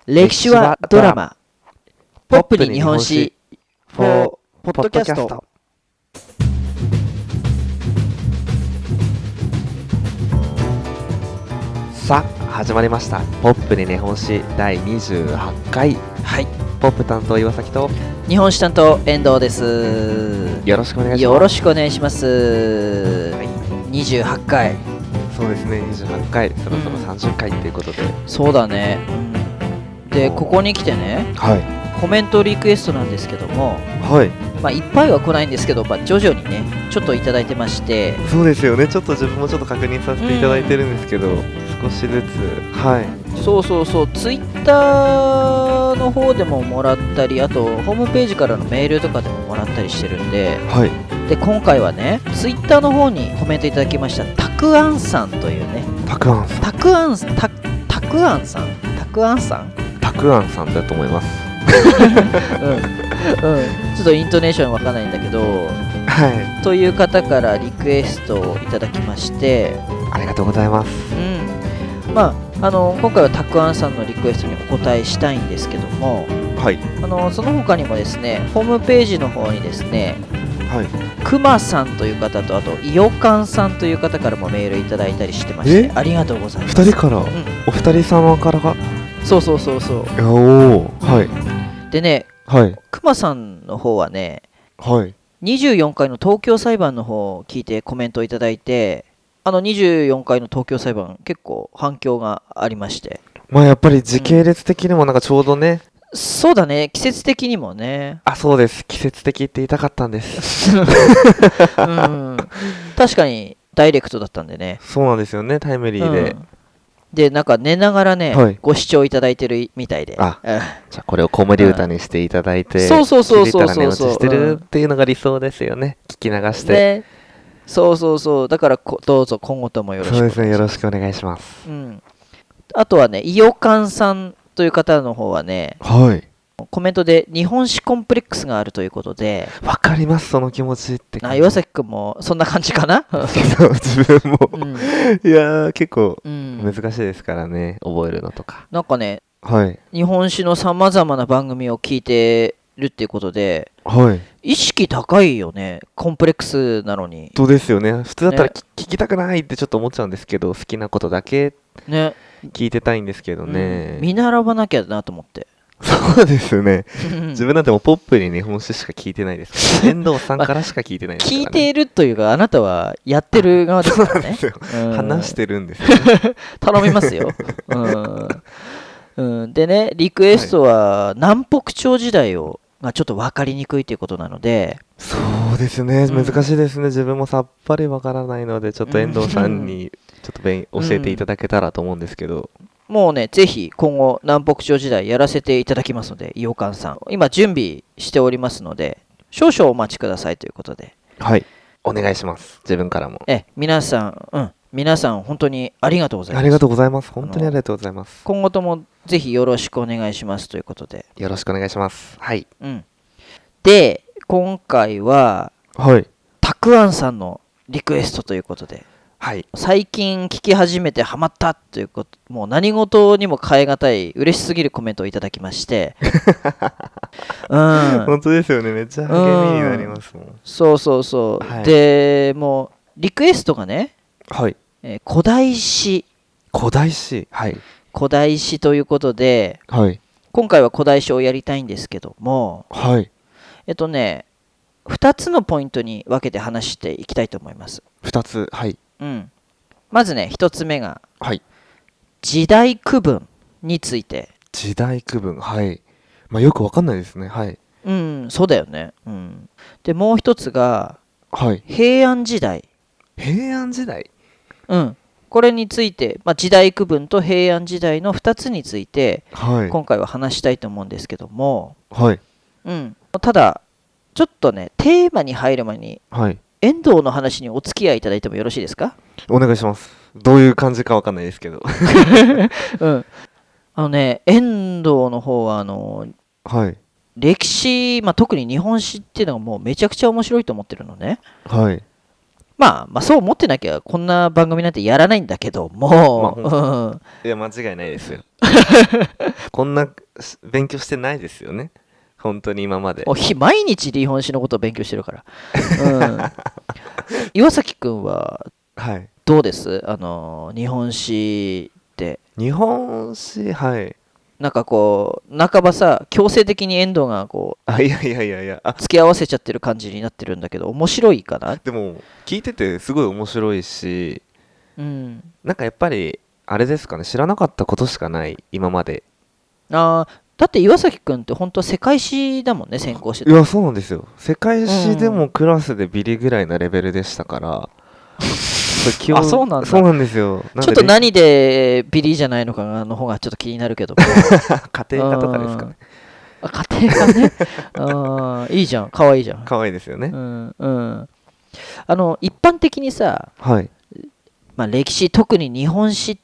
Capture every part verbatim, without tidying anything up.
歴史はドラマ、ポップに日本史 for ポッドキャスト。 さあ始まりました、ポップに日本史だいにじゅうはちかい。 はい、 ポップ担当岩崎と日本史担当遠藤です。 よろしくお願いします。 よろしくお願いします、はい、にじゅうはちかい。 そうですね、にじゅうはちかい、そろそろさんじゅっかいっていうことで、うん、 そうだね、うん、でここに来てね、 はい、 コメントリクエストなんですけども、 はい、 まあ、いっぱいは来ないんですけど、まあ、徐々にねちょっといただいてまして。 そうですよね、ちょっと自分もちょっと確認させていただいてるんですけど、うん、少しずつ、はい、 そうそうそう、ツイッターの方でももらったり、あとホームページからのメールとかでももらったりしてるんで、 はい、 で今回はねツイッターの方にコメントいただきましたたくあんさんというね、 たくあんさんたくあんたたくあんさんたくあんさんたくあんさんだと思いますうん、うん、ちょっとイントネーションわかんないんだけど、 はい、 という方からリクエストをいただきまして、 ありがとうございます。 うん、まああの今回はたくあんさんのリクエストにお答えしたいんですけども、 はい、 あのその他にもですね、ホームページの方にですね、 はい、 くまさんという方と、あといよかんさんという方からもメールいただいたりしてまして、ありがとうございます。 ふたりから、うん、お二人様からが、 そうそうそうそう、 おー、はい、 でね、 はい、 くまさんの方はね、 はい、 にじゅうよんかいの東京裁判の方を聞いてコメントをいただいて、あのにじゅうよんかいの東京裁判結構反響がありまして、 まあやっぱり時系列的にもなんかちょうどね、 うん、そうだね、季節的にもね、 あ、そうです、季節的って言いたかったんです、うん、 確かにダイレクトだったんでね。 そうなんですよね、タイムリーで、うん、 でなんか寝ながらね、はい、ご視聴いただいてるみたいで、 あ、じゃあこれを子守歌にしていただいて、 そうそうそうそうそうそうそう、してるっていうのが理想ですよね、聞き流して、 ね、そうそうそう、だからこどうぞ今後ともよろしくお願いします。 そうですね、よろしくお願いします、 うん、あとはね、いよかんさんという方の方はね、 はい、 コメントで日本史コンプレックスがあるということで、 わかります、その気持ちって感じ。 あ、岩崎くんもそんな感じかな自分も、うん、いやー結構難しいですからね、うん、覚えるのとか。 なんかね、 はい、 日本史のさまざまな番組を聞いてるっていうことで、 はい、 意識高いよね、コンプレックスなのに。 そうですよね、普通だったら、ね、聞きたくないってちょっと思っちゃうんですけど、好きなことだけ聞いてたいんですけどね、 うん、見習わなきゃなと思って。 そうですね自分なんてもうポップに日本史しか聞いてないですから、遠藤さんからしか聞いてないですから、ね、 聞いているというか、あなたはやってる側ですからね。 うん、話してるんですよ、ね、 頼みますよ、うんうん、でね、リクエストは南北朝時代をがちょっと分かりにくいということなので、 そうですね、うん、難しいですね、自分もさっぱり分からないので、ちょっと遠藤さんにちょっと勉教えていただけたらと思うんですけど、 うん、もうね、ぜひ今後南北朝時代やらせていただきますので、いよかんさん今準備しておりますので、少々お待ちくださいということで、 はい、お願いします、自分からも。 え皆さん、うん、皆さん本当にありがとうございます。 ありがとうございます。本当にありがとうございます。 今後ともぜひよろしくお願いしますということで。 よろしくお願いします。はい。 うん。で、今回は、 はい。 たくあんさんのリクエストということで、 はい。 最近聞き始めてハマったということ、もう何事にも代え難い嬉しすぎるコメントをいただきまして、 うん、本当ですよね、めっちゃ励みになりますもん。うん、 そうそうそう。はい、で、もうリクエストがね、 はい。 えー、古代史。 古代史。はい。 古代史ということで、 はい、 今回は古代史をやりたいんですけども、 はい、 えっとね、ふたつのポイントに分けて話していきたいと思います。 ふたつ、はい。 うん、まずね、ひとつめが、 はい、 時代区分について。 時代区分、はい。まあ、よくわかんないですね。はい。 うん、そうだよね。うん、で、もう一つが、 はい、 平安時代。 平安時代。 うん。これについて、まあ、時代区分と平安時代のふたつについて、はい、今回は話したいと思うんですけども、 はい、 うん、ただちょっとねテーマに入る前に、はい、遠藤の話にお付き合いいただいてもよろしいですか？ お願いします。どういう感じかわかんないですけど、 うん、あのね遠藤の方はあの、はい、歴史、まあ、特に日本史っていうのがもうめちゃくちゃ面白いと思ってるのね。はい。まあ、まあそう思ってなきゃこんな番組なんてやらないんだけども、まあ、 いや間違いないですよこんな勉強してないですよね本当に今まで。 おひ毎日日本史のことを勉強してるから、うん、岩崎くんはどうです、はい、あの日本史って。 日本史、はい、 なんかこう半ばさ強制的に遠藤がこうあいやいやいやいや付き合わせちゃってる感じになってるんだけど、面白いかな。 でも聞いててすごい面白いし、うん、なんかやっぱりあれですかね、知らなかったことしかない今まで。 ああだって岩崎くんって本当は世界史だもんね、専攻してた。 いやそうなんですよ、世界史でもクラスでビリぐらいなレベルでしたから、うん、 あそうなんだ。 そうなんですよ。 ちょっと何でビリじゃないのかの方がちょっと気になるけど家庭科とかですかね。 あ家庭科ねあいいじゃん、かわいいじゃん。 かわいいですよね。 うんうん。あの一般的にさ、 はいまあ、歴史特に日本史って、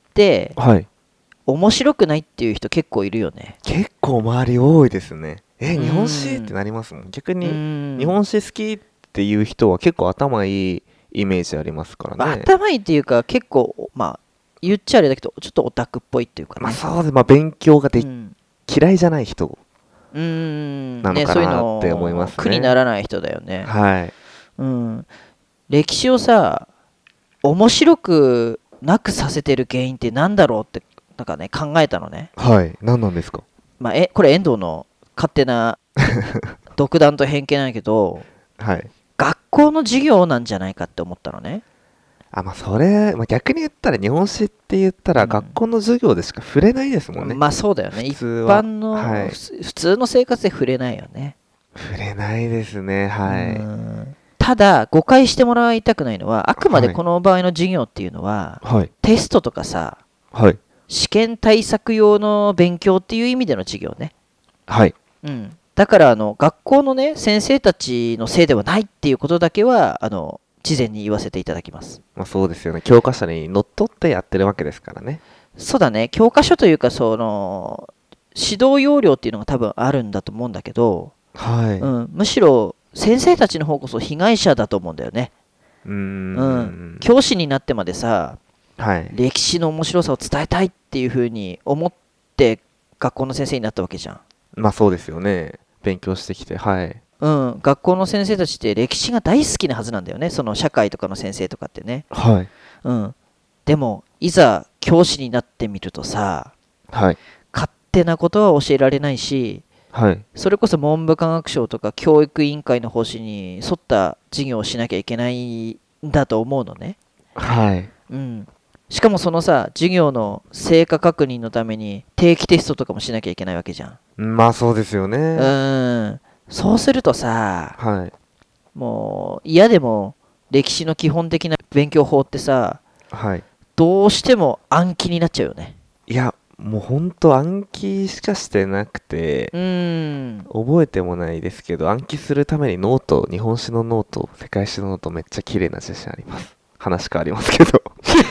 はい、面白くないっていう人結構いるよね。 結構周り多いですね。え日本史ってなりますもん。逆に日本史好きっていう人は結構頭いいイメージありますからね。まあ、 頭いいっていうか結構まあ言っちゃあれだけどちょっとオタクっぽいっていうかね。 まあそうです。まあ勉強がで、うん、嫌いじゃない人なのかなって思いますね。 苦にならない人だよね。 はい。 うん。歴史をさ面白くなくさせてる原因ってなんだろうってなんかね考えたのね。 はい。何なんですか。 まあえこれ遠藤の勝手な独断と偏見なんだけど、はい。学校の授業なんじゃないかって思ったのね。 あまあそれ、まあ、逆に言ったら日本史って言ったら学校の授業でしか触れないですもんね。 うん、まあそうだよね。一般の、はい、普通の生活で触れないよね。 触れないですね。はい。 うんただ誤解してもらいたくないのはあくまでこの場合の授業っていうのは、はい、テストとかさ、はい、試験対策用の勉強っていう意味での授業ね。はい、うん、だからあの学校のね先生たちのせいではないっていうことだけはあの事前に言わせていただきます。 まあそうですよね。教科書にのっとってやってるわけですからね。 そうだね。教科書というかその指導要領っていうのが多分あるんだと思うんだけど、はいうん、むしろ先生たちの方こそ被害者だと思うんだよね。うーん、うん、教師になってまでさ、はい、歴史の面白さを伝えたいっていう風に思って学校の先生になったわけじゃん。 まあそうですよね。勉強してきて、はい。 うん、学校の先生たちって歴史が大好きなはずなんだよね。その社会とかの先生とかってね。はい。うん。でもいざ教師になってみるとさ、はい、勝手なことは教えられないし。はい、それこそ文部科学省とか教育委員会の方針に沿った授業をしなきゃいけないんだと思うのね。はい、うん、しかもそのさ授業の成果確認のために定期テストとかもしなきゃいけないわけじゃん。まあそうですよね。 うんそうするとさ、はい、もう嫌でも歴史の基本的な勉強法ってさ、はい、どうしても暗記になっちゃうよね。 いやもうほんと暗記しかしてなくて、うん覚えてもないですけど暗記するためにノート、日本史のノート、世界史のノートめっちゃ綺麗な写真あります。話変わりますけど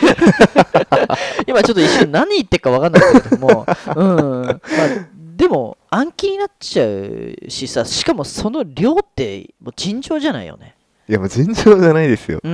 今ちょっと一瞬何言ってるか分かんないけども、うんまあ、でも暗記になっちゃうしさ、しかもその量ってもう尋常じゃないよね。 いやもう尋常じゃないですよ、うん、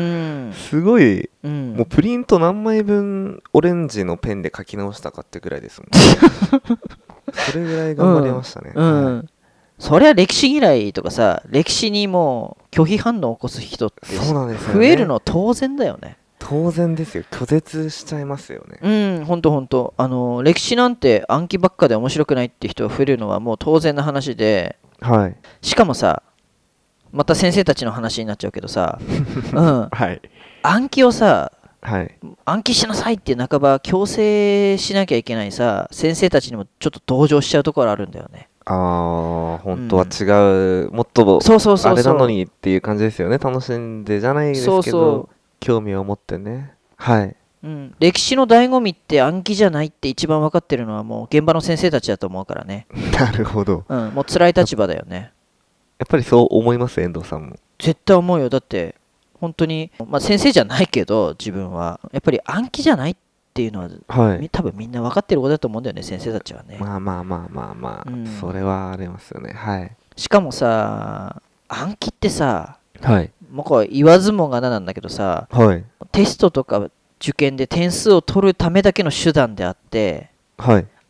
すごい、うん、もうプリント何枚分オレンジのペンで書き直したかってぐらいですもんそれぐらい頑張りましたね、うんうんはい、そりゃ歴史嫌いとかさ歴史にもう拒否反応を起こす人って増えるの当然だよね。 当然ですよ。拒絶しちゃいますよね。 うんほんとほんとあの歴史なんて暗記ばっかで面白くないって人が増えるのはもう当然な話で、はい、しかもさまた先生たちの話になっちゃうけどさ、うんはい、暗記をさ、はい、暗記しなさいって半ば強制しなきゃいけないさ先生たちにもちょっと同情しちゃうところあるんだよね。 ああ本当は違う、うん、もっとあれなのにっていう感じですよね。楽しんでじゃないですけどそうそう興味を持ってね。はい、 うん、歴史の醍醐味って暗記じゃないって一番分かってるのはもう現場の先生たちだと思うからね。 なるほど、 うん、もう辛い立場だよね。 やっぱりそう思います。遠藤さんも絶対思うよ。だって本当に、まあ、先生じゃないけど自分はやっぱり暗記じゃないっていうのは、はい、多分みんな分かってることだと思うんだよね先生たちはね。 まあまあまあまあまあ、うん、それはありますよね。はいしかもさ暗記ってさ、はい、もうこれ言わずもがななんだけどさ、はい、テストとか受験で点数を取るためだけの手段であって、はい、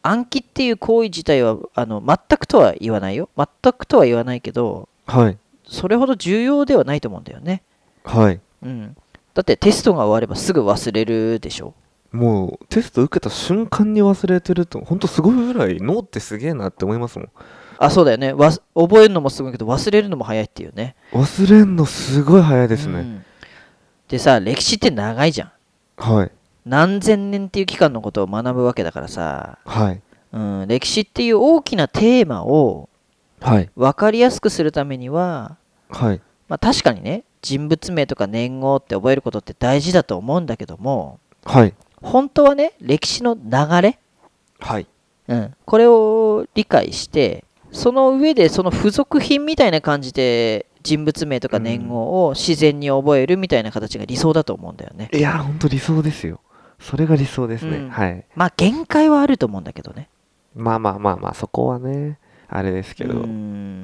暗記っていう行為自体はあの全くとは言わないよ。全くとは言わないけど、 はい、 それほど重要ではないと思うんだよね。 はい、 うん、だってテストが終わればすぐ忘れるでしょ。 もうテスト受けた瞬間に忘れてると本当すごいぐらい脳ってすげえなって思いますもん。 あ、そうだよね。わ覚えるのもすごいけど忘れるのも早いっていうね。 忘れるのすごい早いですね、うん、 でさ、歴史って長いじゃん。 はい。 何千年っていう期間のことを学ぶわけだからさ、 はい、 うん、歴史っていう大きなテーマを分かりやすくするためには、 はい、 まあ、確かにね、人物名とか年号って覚えることって大事だと思うんだけども、 はい、 本当はね、歴史の流れ、 はい、 うん、これを理解して、その上でその付属品みたいな感じで人物名とか年号を自然に覚えるみたいな形が理想だと思うんだよね。 いや、本当理想ですよ。それが理想ですね、うん、はい。 まあ限界はあると思うんだけどね。 まあまあまあまあ、そこはねあれですけど、うん、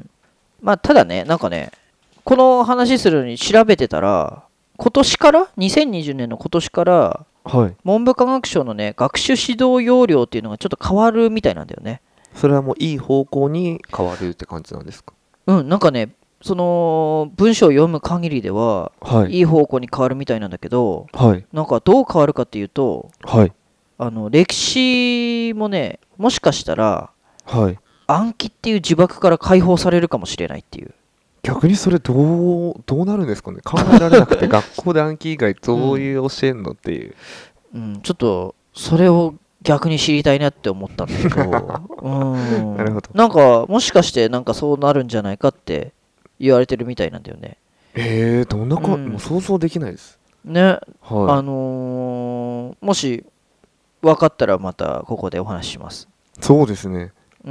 まあただね、なんかね、この話するのに調べてたら、今年からにせんにじゅうねんの今年から、はい、文部科学省のね学習指導要領っていうのがちょっと変わるみたいなんだよね。 それはもういい方向に変わるって感じなんですか？ うん、なんかね、その文章を読む限りでは、はい、いい方向に変わるみたいなんだけど、はい、なんかどう変わるかっていうと、はい、あの歴史もね、もしかしたら、はい、暗記っていう呪縛から解放されるかもしれないっていう。 逆にそれどうどうなるんですかね。考えられなくて学校で暗記以外どういう教えんのっていう、 うん、うん、ちょっとそれを逆に知りたいなって思ったんだけどうんなるほど。なんかもしかしてなんかそうなるんじゃないかって言われてるみたいなんだよね。 えー、どんなか、うん、もう想像できないですね、はい、あのー、もし分かったらまたここでお話しします。 そうですね、 うん、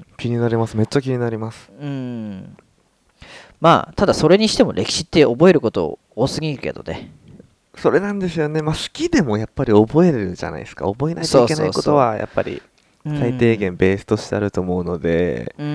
気になります。めっちゃ気になります。 うん、まあただそれにしても歴史って覚えること多すぎるけどね。 それなんですよね。まあ好きでもやっぱり覚えるじゃないですか。覚えないといけないことはやっぱり最低限ベースとしてあると思うので、うん、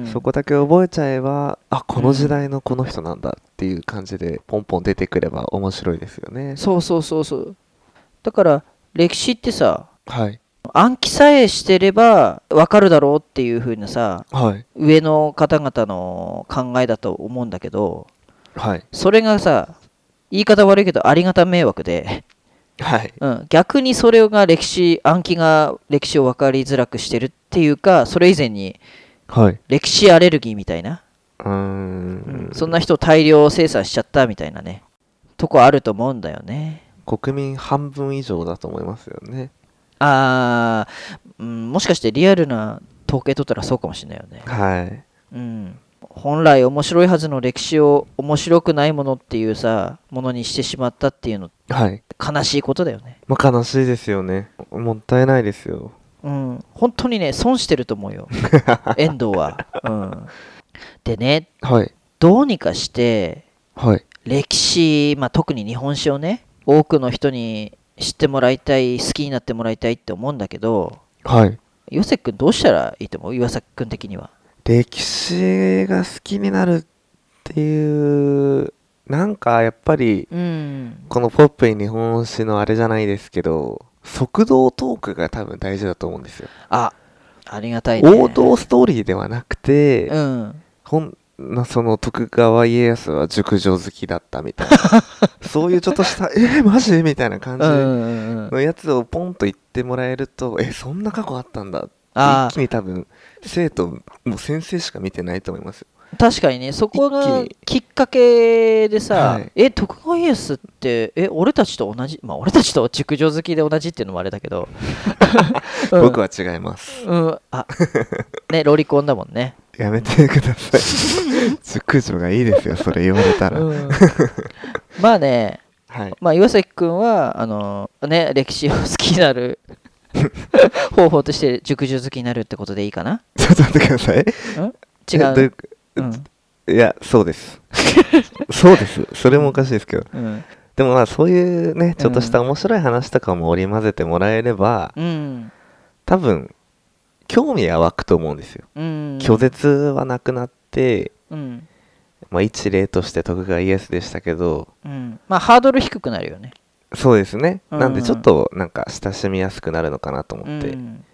そこだけ覚えちゃえば、あ、この時代のこの人なんだっていう感じでポンポン出てくれば面白いですよね。 そうそうそうそう。だから歴史ってさ、はい、暗記さえしてれば分かるだろうっていう風なさ、はい、上の方々の考えだと思うんだけど、はい、それがさ、言い方悪いけどありがた迷惑で、はい、うん、逆にそれが歴史暗記が歴史を分かりづらくしてるっていうか、それ以前に、はい、歴史アレルギーみたいな、うーん、うん、そんな人を大量生産しちゃったみたいなねとこあると思うんだよね。 国民半分以上だと思いますよね。 あー、うん、もしかしてリアルな統計取ったらそうかもしれないよね。 はい、 うん、本来面白いはずの歴史を面白くないものっていうさものにしてしまったっていうの、はい、悲しいことだよね。 まあ悲しいですよね。もったいないですよ。 うん、本当にね損してると思うよ遠藤は、うん、でね、はい、どうにかして、はい、歴史、まあ、特に日本史をね多くの人に知ってもらいたい、好きになってもらいたいって思うんだけど、はい、岩崎くんどうしたらいいと思う？岩崎くん的には。 歴史が好きになるっていう、なんかやっぱり、うん、このポップに日本史のあれじゃないですけど、速道トークが多分大事だと思うんですよ。 あ、ありがたいね。 王道ストーリーではなくて、うん、ほんその徳川家康は熟女好きだったみたいなそういうちょっとしたえー、マジみたいな感じのやつをポンと言ってもらえると、えそんな過去あったんだって一気に多分生徒もう先生しか見てないと思いますよ。 確かにね、そこがきっかけでさ、はい、え徳川家康ってえ俺たちと同じ、まあ俺たちと熟女好きで同じっていうのもあれだけど、 うん、僕は違います。 うん、あねロリコンだもんね。 やめてください熟女がいいですよそれ言われたら、うん、 まあね、はい、まあ岩崎くんはあのね歴史を好きになる方法として熟女好きになるってことでいいかな。 ちょっと待ってください。 違う、 うん、いやそうですそうです。それもおかしいですけど、うん、でもまあそういうねちょっとした面白い話とかも織り交ぜてもらえれば、うん、多分興味は湧くと思うんですよ、うん、拒絶はなくなって、うん、まあ一例として徳川家康でしたけど、 うん、まあハードル低くなるよね。 そうですね、うん、なんでちょっとなんか親しみやすくなるのかなと思って、うん、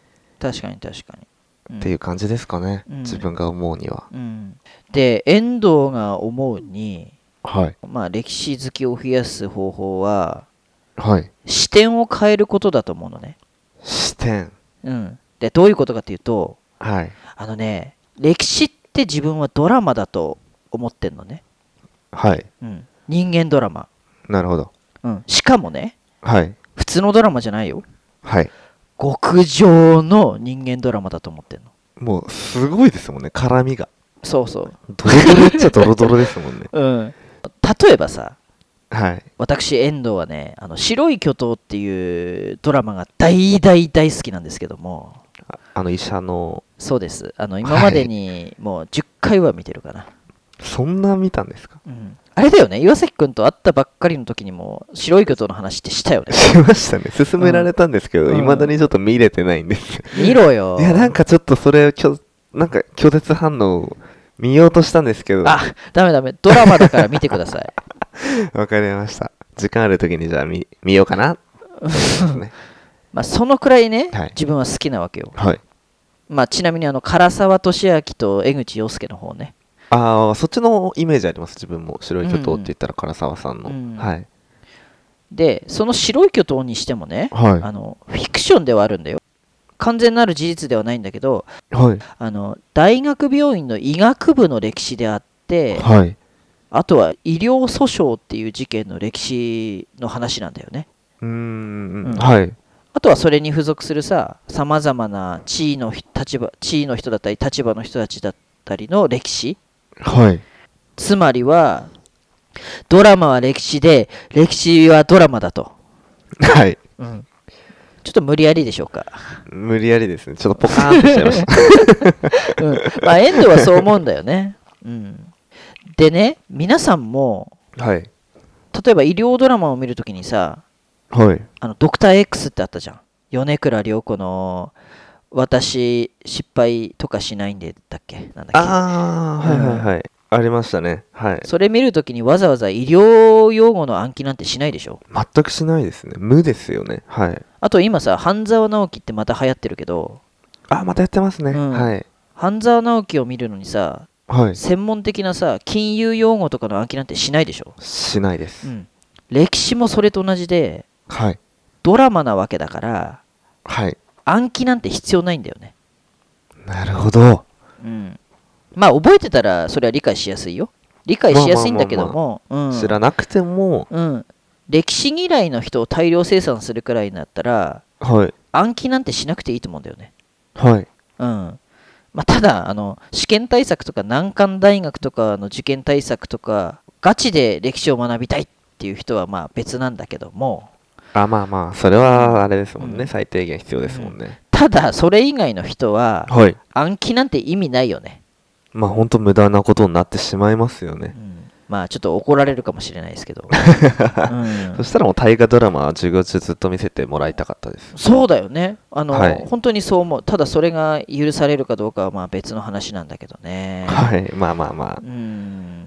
確かに確かに、 うん、っていう感じですかね、うん、自分が思うには、 うん、で遠藤が思うに、 はい、 まあ歴史好きを増やす方法は、 はい、 視点を変えることだと思うのね。 視点、 うん、でどういうことかっていうと、 はい、 あのね歴史って自分はドラマだと思ってんのね。 はい、 うん、人間ドラマ。 なるほど、 うん、しかもね、 はい、 普通のドラマじゃないよ。 はい、 極上の人間ドラマだと思ってんの。 もうすごいですもんね、絡みが。 そうそう。 ドロドロっちゃドロドロですもんね。 うん。例えばさ、 はい。 私遠藤はね、あの白い巨塔っていうドラマが大大大好きなんですけども。 あ, あの医者の。 そうです。あの今までにもうじゅっかいは見てるかな。はい、 そんな見たんですか？ うん。あれだよね、岩崎くんと会ったばっかりの時にも白い巨塔の話ってしたよね。 しましたね。勧められたんですけど、いま、うん、だにちょっと見れてないんです。 見ろよ。 いや、なんかちょっとそれきょなんか拒絶反応見ようとしたんですけど。 あ、ダメダメ。ドラマだから見てください。 わかりました。時間ある時にじゃあ 見, 見ようかな。 ね、まあそのくらいね、 はい、 自分は好きなわけよ。 はい。 まあちなみにあの唐沢寿明と江口洋介の方ね。 ああ、そっちのイメージあります。自分も白い巨塔って言ったら唐沢さんの、うん、はい。 でその白い巨塔にしてもね、 はい、 あのフィクションではあるんだよ。完全なる事実ではないんだけど、 はい、 あの大学病院の医学部の歴史であって、 はい、 あとは医療訴訟っていう事件の歴史の話なんだよね。 うーん、うん、はい。 あとはそれに付属するさ、さまざまな地位の立場、地位の人だったり立場の人たちだったりの歴史。 はい。 つまりはドラマは歴史で歴史はドラマだと。 はい。 うん。ちょっと無理やりでしょうか。 無理やりですね。ちょっとポカーンとしちゃいました。 うん、まあ遠藤はそう思うんだよね。うん。でね、皆さんも、 はい、 例えば医療ドラマを見るときにさ、 はい、 あのドクター X ってあったじゃん。米倉涼子の私失敗とかしないんでだっけ、なんだっけ。 ああ、はいはいはい、うん、ありましたね。はい。 それ見るときにわざわざ医療用語の暗記なんてしないでしょ。 全くしないですね。無ですよね。はい。 あと今さ、半沢直樹ってまた流行ってるけど。 あ、またやってますね。うん、はい。 半沢直樹を見るのにさ、はい、専門的なさ金融用語とかの暗記なんてしないでしょ。 しないです、 うん、歴史もそれと同じで、 はい、 ドラマなわけだから、 はい、 暗記なんて必要ないんだよね。 なるほど、 うん、まあ覚えてたらそれは理解しやすいよ。理解しやすいんだけども、 知らなくても、 うん、歴史嫌いの人を大量生産するくらいになったら、 はい、 暗記なんてしなくていいと思うんだよね。 はい、 うん。まあ、ただあの試験対策とか難関大学とかの受験対策とかガチで歴史を学びたいっていう人はまあ別なんだけども、 あ、まあまあそれはあれですもんね、うん、最低限必要ですもんね、うん、 ただそれ以外の人は、はい、暗記なんて意味ないよね。 まあ本当無駄なことになってしまいますよね、うん、 まあちょっと怒られるかもしれないですけど、うん、そしたらもう大河ドラマは授業中ずっと見せてもらいたかったです。 そうだよね、あの、はい、本当にそう思う。ただそれが許されるかどうかはまあ別の話なんだけどね。 はい、まあまあまあ、 うん、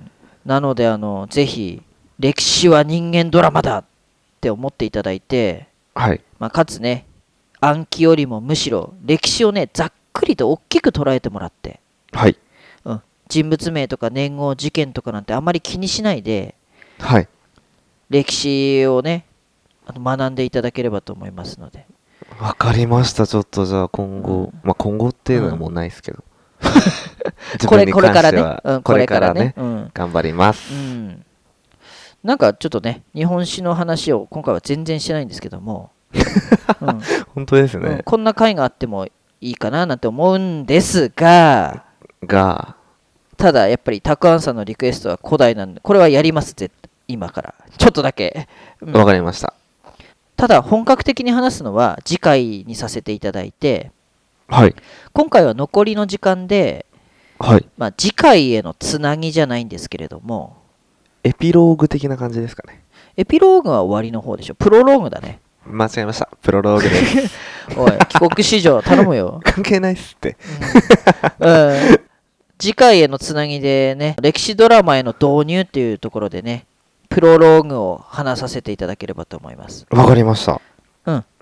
なのであのぜひ歴史は人間ドラマだって思っていただいて、 はい、 まあ、かつね暗記よりもむしろ歴史をねざっくりと大きく捉えてもらって、 はい、 うん、人物名とか年号事件とかなんてあんまり気にしないで、 はい、 歴史をねあの学んでいただければと思いますので。 わかりました。ちょっとじゃあ今後、うん、まあ今後っていうのはもうないですけど、うん、自分に関してはこれからね、うん、頑張ります、うん、 なんかちょっとね日本史の話を今回は全然してないんですけども、 うん、本当ですね、うん、 こんな回があってもいいかななんて思うんですががただやっぱりたくあんさんのリクエストは古代なんでこれはやります絶対今からちょっとだけわ、うん、かりました。 ただ本格的に話すのは次回にさせていただいて、 はい、 今回は残りの時間で、 はいまあ、次回へのつなぎじゃないんですけれどもエピローグ的な感じですかね。 エピローグは終わりの方でしょ。プロローグだね。 間違えました。プロローグです。 おい帰国子女頼むよ。 関係ないっすって、 うんうん、次回へのつなぎでね歴史ドラマへの導入っていうところでねプロローグを話させていただければと思います。 わかりました。 うん。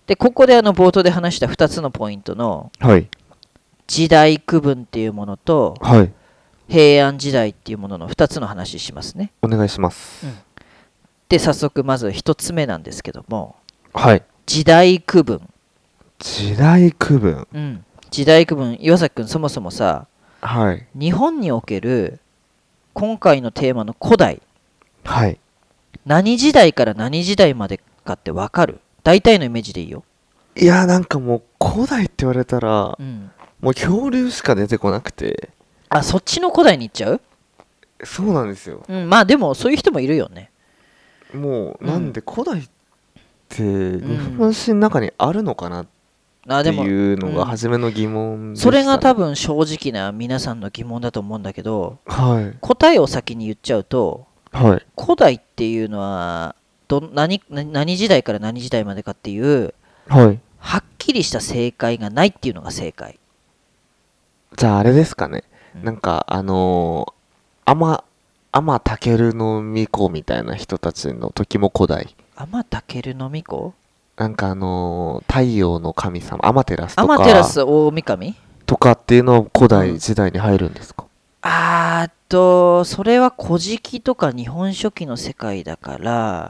でここであの冒頭で話したふたつのポイントの、はい、時代区分っていうものと、はい、平安時代っていうもののふたつの話しますね。 お願いします、うん、 で早速まずひとつめなんですけども、はい、時代区分。 時代区分、 うん、時代区分。岩崎くん、そもそもさ、はい、日本における今回のテーマの古代、はい、何時代から何時代までかって分かる？大体のイメージでいいよ。 いやなんかもう古代って言われたら、うん、もう恐竜しか出てこなくて。 あ、そっちの古代に行っちゃう？ そうなんですよ、 うん、まあでもそういう人もいるよね。 もうなんで古代って日本史の中にあるのかなっていうのが初めの疑問でしたね。 それが多分正直な皆さんの疑問だと思うんだけど、はい、答えを先に言っちゃうと、はい、古代っていうのはど 何, 何時代から何時代までかっていう、はい、はっきりした正解がないっていうのが正解。 じゃああれですかね、うん、なんかあのー、天天武の巫女みたいな人たちの時も古代。 天武の巫女？ なんかあのー、太陽の神様アマテラスとかアマテラス大神とかっていうのは古代時代に入るんですか？うん、 あーっとそれは古事記とか日本書紀の世界だから、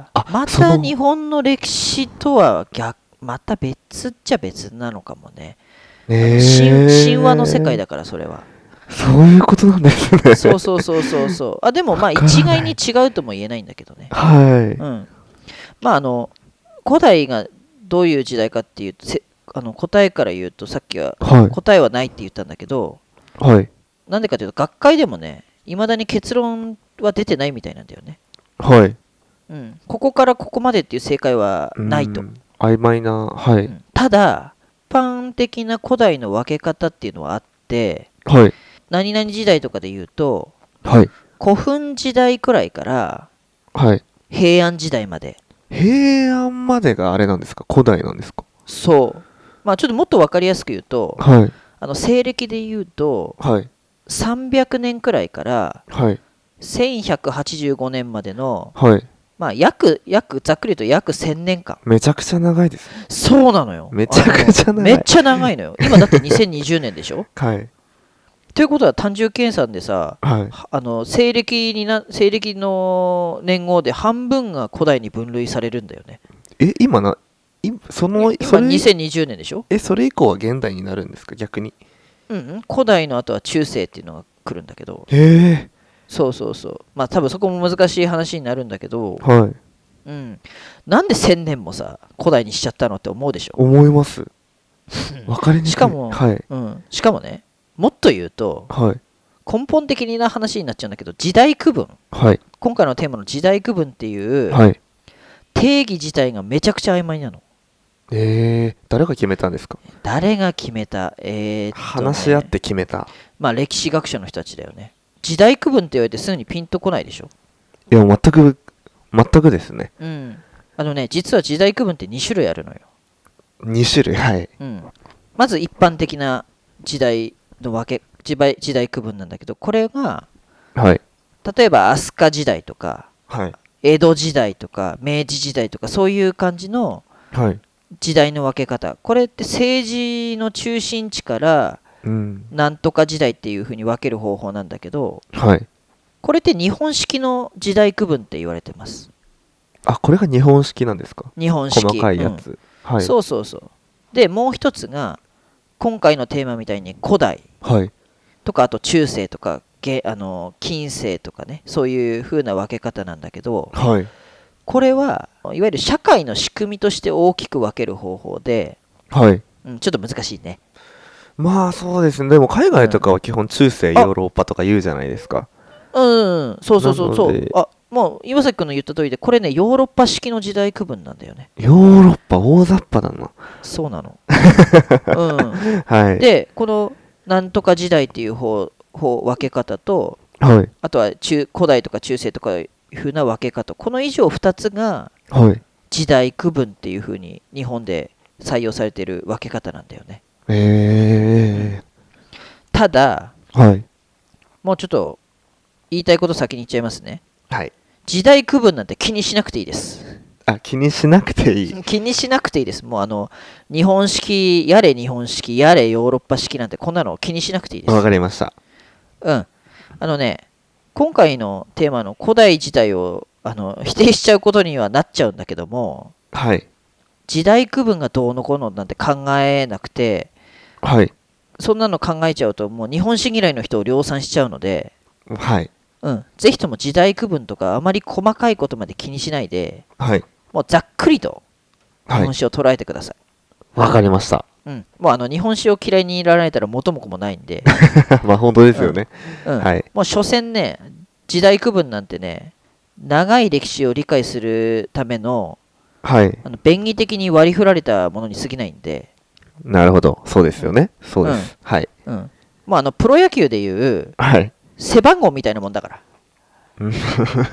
また日本の歴史とは逆、また別っちゃ別なのかもね。えー、神, 神話の世界だからそれは。 そういうことなんですね。 そうそうそうそうそう。あでもまあ一概に違うとも言えないんだけどね。はい。うん。まああの古代がどういう時代かっていうと、あの答えから言うとさっきは、はい、答えはないって言ったんだけど、はい。なんでかというと学会でもね、いまだに結論は出てないみたいなんだよね。はい。うん。ここからここまでっていう正解はないと。 曖昧な、はい。うん、 ただ一般的な古代の分け方っていうのはあって、はい。何々時代とかで言うと、はい、古墳時代くらいから、はい、平安時代まで。 平安までがあれなんですか？古代なんですか？ そう。まあちょっともっと分かりやすく言うと、はい、あの西暦で言うと、はい、さんびゃくねんくらいから、はい、せんひゃくはちじゅうごねんまでの、はい、まあ約約ざっくり言うと約せんねんかん。 めちゃくちゃ長いですね。 そうなのよ。 めちゃくちゃ長い。 めっちゃ長いのよ。今だってにせんにじゅうねんでしょ？はい。ということは単純計算でさ、はい、あの西暦にな西暦の年号で半分が古代に分類されるんだよね。 え今なその今それにせんにじゅうねんでしょ？ えそれ以降は現代になるんですか？逆に。 うん、古代の後は中世っていうのが来るんだけど。へえ。そうそうそう。まあ多分そこも難しい話になるんだけど、はい。うん。なんでせんねんもさ古代にしちゃったのって思うでしょ？ 思います。わかりにくい。 しかも、はい、うん、しかもね。もっと言うと、はい、根本的な話になっちゃうんだけど時代区分、はい、今回のテーマの時代区分っていう、はい、定義自体がめちゃくちゃ曖昧なの。 えー、誰が決めたんですか？ 誰が決めた、えーっとね、 話し合って決めた。 まあ歴史学者の人たちだよね。時代区分って言われてすぐにピンとこないでしょ？ いや全く全くですね。 うん。あのね実は時代区分ってに種類あるのよ。 に種類、はい。 うん。まず一般的な時代の分け時代、時代区分なんだけど、これが、はい、例えば飛鳥時代とか、はい、江戸時代とか明治時代とかそういう感じの時代の分け方、これって政治の中心地からなんとか時代っていう風に分ける方法なんだけど、はい、これって日本式の時代区分って言われてます。 あ、これが日本式なんですか？ 日本式、 細かいやつ、うんはい、そうそうそう。でもう一つが今回のテーマみたいに古代、はい、とかあと中世とかあの近世とかね、そういう風な分け方なんだけど、はい、これはいわゆる社会の仕組みとして大きく分ける方法で、はいうん、ちょっと難しいね。 まあそうですね。でも海外とかは基本中世、うん、ヨーロッパとか言うじゃないですか。 うん、うん、そうそうそうそう。あもう岩崎君の言った通りでこれねヨーロッパ式の時代区分なんだよね。 ヨーロッパ大雑把だな。 そうなの、うんはい、でこのなんとか時代っていう方方分け方と、はい、あとは中古代とか中世とかいう風な分け方、この以上ふたつが時代区分っていう風に日本で採用されている分け方なんだよね。へー。ただ、はい、もうちょっと言いたいこと先に言っちゃいますね。はい、時代区分なんて気にしなくていいです。 あ、気にしなくていい。 気にしなくていいです。もうあの日本式やれ日本式やれヨーロッパ式なんてこんなの気にしなくていいです。 わかりました。 うん。あのね、今回のテーマの古代時代をあの否定しちゃうことにはなっちゃうんだけども、 はい。 時代区分がどうのこうのなんて考えなくて、 はい。 そんなの考えちゃうともう日本史嫌いの人を量産しちゃうので、 はい。 うん、ぜひとも時代区分とかあまり細かいことまで気にしないで、 はい。 もうざっくりと日はい。 本史を捉えてください。 わかりました。 うん、もうあの日本史を嫌いにいられたら元も子もないんで、 まあ本当ですよね。 うん、 はい。 もう所詮ね、時代区分なんてね、長い歴史を理解するための、 はい。 あの便宜的に割り振られたものに過ぎないんで、 なるほど。そうですよね。そうです。はい。 うん、もうあのプロ野球でいうはい。 背番号みたいなもんだから。 うん。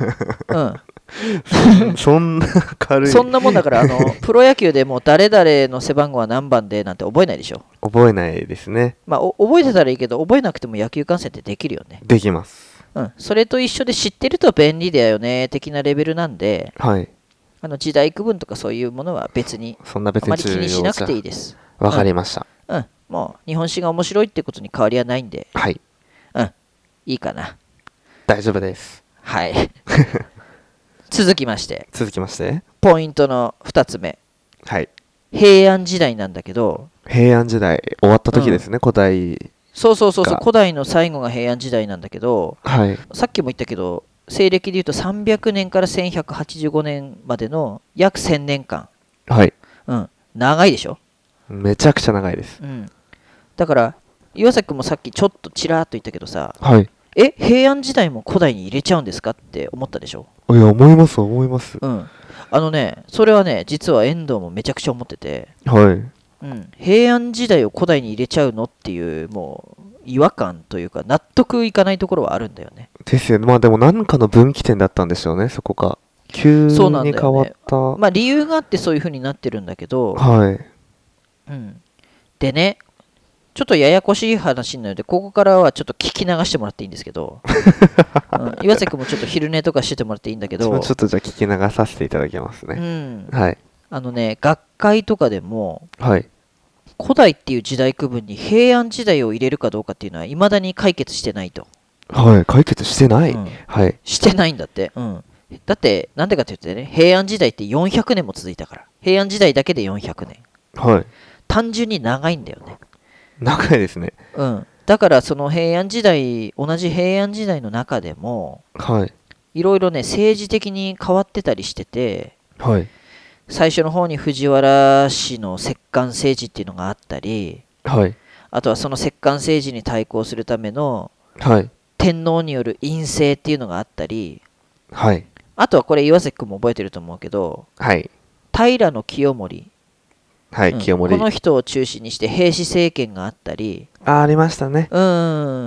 うん、 そんな軽い。 そんなもんだから、あのプロ野球でもう誰々の背番号は何番でなんて覚えないでしょ。 覚えないですね。 まあ、お覚えてたらいいけど、覚えなくても野球観戦ってできるよね。 できます。 うん、それと一緒で知ってると便利だよね的なレベルなんで、 はい。 あの時代区分とかそういうものは別にそんな別にあまり気にしなくていいです。 わかりました。 うん、うん、もう日本史が面白いってことに変わりはないんで、 はい。 うん、いいかな。 大丈夫です。 はい。続きまして、 続きまして、 ポイントのふたつめ。 はい。 平安時代なんだけど、 平安時代終わった時ですね、うん、古代。 そうそうそうそう、古代の最後が平安時代なんだけど、 はい、 さっきも言ったけど、西暦でいうとさんびゃくねんからせんひゃくはちじゅうごねんまでの約せんねんかん。 はい。 うん、長いでしょ。 めちゃくちゃ長いです。 うん。だから、岩崎君もさっきちょっとちらっと言ったけどさ、 はい。 え、平安時代も古代に入れちゃうんですかって思ったでしょ。 いや、思います、思います。 うん。あのね、それはね、実は遠藤もめちゃくちゃ思ってて、 はい。 うん、平安時代を古代に入れちゃうのっていう、もう、違和感というか、納得いかないところはあるんだよね。 ですよね。まあでも、何かの分岐点だったんでしょうね、そこが。急に変わった。ね、 まあ理由があってそういう風になってるんだけど、 はい。 うん。でね、ちょっとややこしい話なので、ここからはちょっと聞き流してもらっていいんですけど、うん、岩崎君もちょっと昼寝とかしててもらっていいんだけど、 ちょっとじゃあ聞き流させていただきますね。 うん、 はい。 あのね、学会とかでも、 はい、 古代っていう時代区分に平安時代を入れるかどうかっていうのはいまだに解決してないと。 はい、解決してない、うん、はい。 してないんだって。うん。だって、なんでかって言ってね、平安時代ってよんひゃくねんも続いたから。平安時代だけでよんひゃくねん。 はい。 単純に長いんだよね。 長いですね。 うん。だからその平安時代、同じ平安時代の中でも、 はい。 いろいろね、政治的に変わってたりしてて、 はい。 最初の方に藤原氏の摂関政治っていうのがあったり、 はい。 あとはその摂関政治に対抗するための、 はい。 天皇による院政っていうのがあったり、 はい。 あとはこれ岩崎君も覚えてると思うけど、 はい。 平清盛。 はい、うん、清盛。 この人を中心にして平氏政権があったり、 あ、ありましたね。 うん。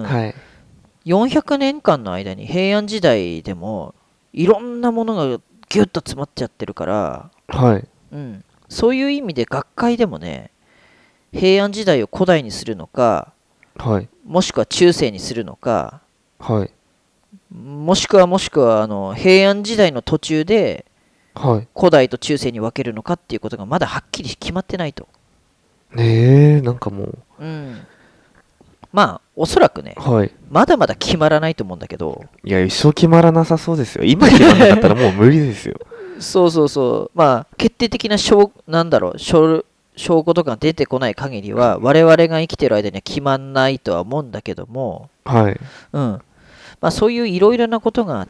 はい。 よんひゃくねんかんの間に平安時代でもいろんなものがギュッと詰まっちゃってるから、 はい。 うん。そういう意味で学会でもね、平安時代を古代にするのか、 はい。 もしくは中世にするのか、 はい。 もしくはもしくはあの平安時代の途中で古代と中世に分けるのかっていうことがまだはっきり決まってないと。 ねえ、なんかもう、 うん、まあおそらくね、 はい、 まだまだ決まらないと思うんだけど、 いや一生決まらなさそうですよ。今決まらなかったらもう無理ですよ。 そうそうそう、まあ決定的な証なんだろう証証拠とかが出てこない限りは我々が生きてる間には決まんないとは思うんだけども、 はい、 うん、まあそういういろいろなことがあって、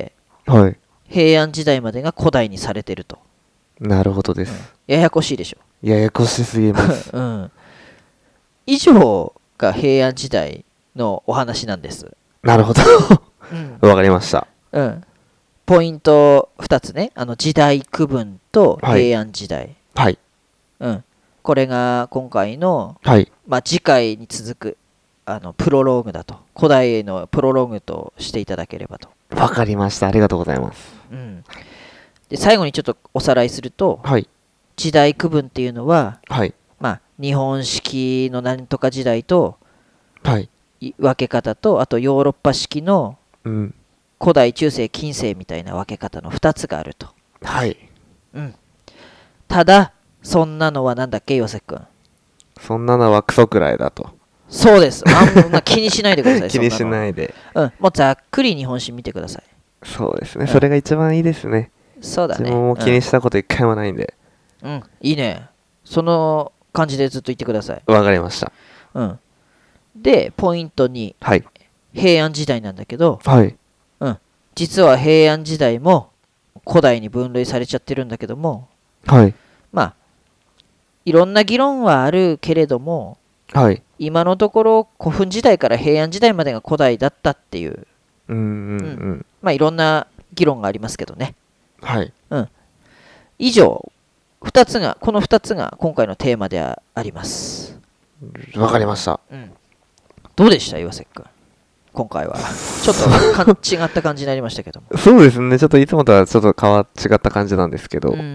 はい、 平安時代までが古代にされてると。 なるほどです、 うん、ややこしいでしょ。 ややこしすぎます、 うん、以上が平安時代のお話なんです。 なるほどわ、うん、かりました、 うん、ポイントふたつね、あの時代区分と平安時代、 はい、はい、 うん、これが今回の、 はい、 まあ、次回に続くあのプロローグだと、古代へのプロローグとしていただければと。 わかりました、ありがとうございます、 うん、で最後にちょっとおさらいすると、 はい、 時代区分っていうのは、 はい、 まあ、日本式のなんとか時代と、 はい、 分け方と、あとヨーロッパ式の古代中世近世みたいな分け方のふたつがあると。 はい、 ううん。ただ、そんなのはなんだっけ、岩崎くん。 そんなのはクソくらいだと。 そうです。あんま気にしないでください。 気にしないで。 うん。もうざっくり日本史見てください。 そうですね。うん、それが一番いいですね。 そうだね。 自分も気にしたこと一回もないんで。 うん、うん、いいね。その感じでずっと言ってください。 わかりました。 うん。で、ポイントに、 はい、 平安時代なんだけど、 はい。 うん。実は平安時代も古代に分類されちゃってるんだけども、 はい。 まあ、いろんな議論はあるけれども、 はい、 今のところ古墳時代から平安時代までが古代だったっていう、 うんうんうん、 まあいろんな議論がありますけどね。 はい。 うん。以上、ふたつが、このふたつが今回のテーマであります。 わかりました。 うん。どうでした、岩崎くん。今回は。ちょっと違った感じになりましたけども。 そうですね。ちょっといつもとはちょっと変わ違った感じなんですけど。うんうん。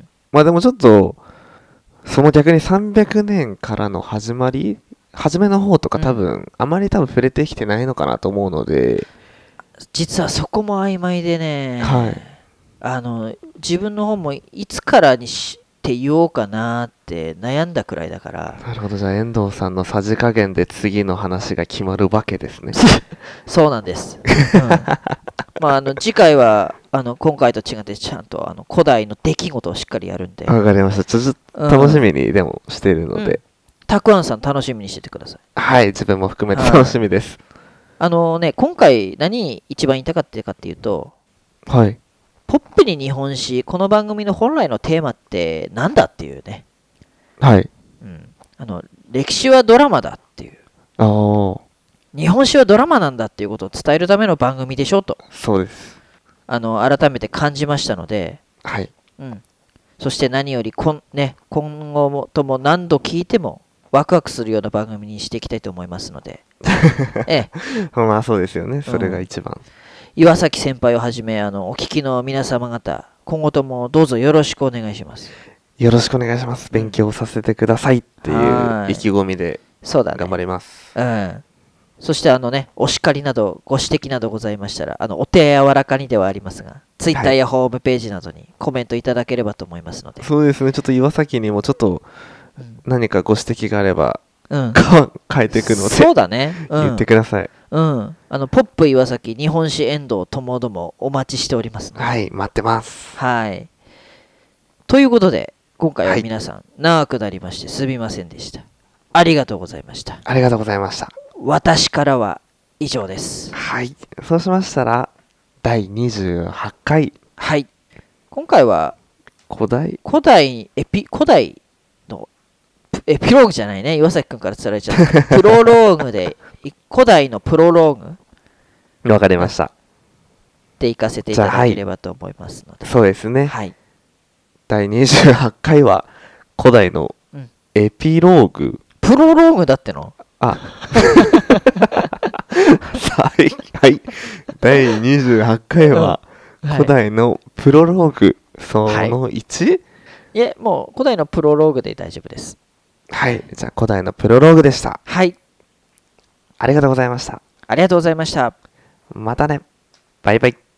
まあでもちょっと、その逆にさんびゃくねんからの始まり初めの方とか多分、うん、あまり多分触れてきてないのかなと思うので、 実はそこも曖昧でね、 はい、 あの自分の方もいつからにして言おうかなって悩んだくらいだから。 なるほど。じゃあ遠藤さんのさじ加減で次の話が決まるわけですね。 そうなんです、うん、まああの次回はあの今回と違ってちゃんとあの古代の出来事をしっかりやるんで。 わかりました。ちょっと楽しみにでもしているので、うんうん、 たくあんさん楽しみにしててください。 はい、自分も含めて楽しみです。 あのね、今回何一番言いたかったかっていうと、 はい、 ポップに日本史、この番組の本来のテーマってなんだっていうね。 はい。 うん、あの歴史はドラマだっていう。 ああ。 日本史はドラマなんだっていうことを伝えるための番組でしょと。 そうです。 あの改めて感じましたので。 はい。 うん。そして何よりこん、ね、今後もとも何度聞いてもワクワクするような番組にしていきたいと思いますので。 ええ。まあそうですよね。それが一番。うん、 岩崎先輩をはじめあのお聞きの皆様方、今後ともどうぞよろしくお願いします。 よろしくお願いします。勉強させてくださいっていう意気込みで頑張ります。 そうだね。うん。そしてあのね、お叱りなどご指摘などございましたら、あのお手柔らかにではありますが、ツイッターやホームページなどにコメントいただければと思いますので。 そうですね。ちょっと岩崎にもちょっと何かご指摘があれば、うん、変えていくので、 そうだね、 うん、言ってください。 うん、あのポップ岩崎、日本史遠藤ともどもお待ちしております。 はい、待ってます。 はい。ということで、今回は皆さん、はい、長くなりましてすみませんでした。ありがとうございました。 ありがとうございました。 私からは以上です。 はい。そうしましたら、だいにじゅうはちかい。 はい。今回は、 古代古代、エピ、古代の、エピローグじゃないね。岩崎くんから伝えられちゃった。プロローグで、古代のプロローグ。 わかりました。 で行かせていただければと思いますので。 そうですね。 はい。 だいにじゅうはちかいは、古代のエピローグ。うん、 プロローグだってのあはい、はい。だいにじゅうはちかいは、古代のプロローグ、その いち？ はい、 いえ、もう古代のプロローグで大丈夫です。 はい、じゃあ古代のプロローグでした。 はい。 ありがとうございました。 ありがとうございました。 またね。バイバイ。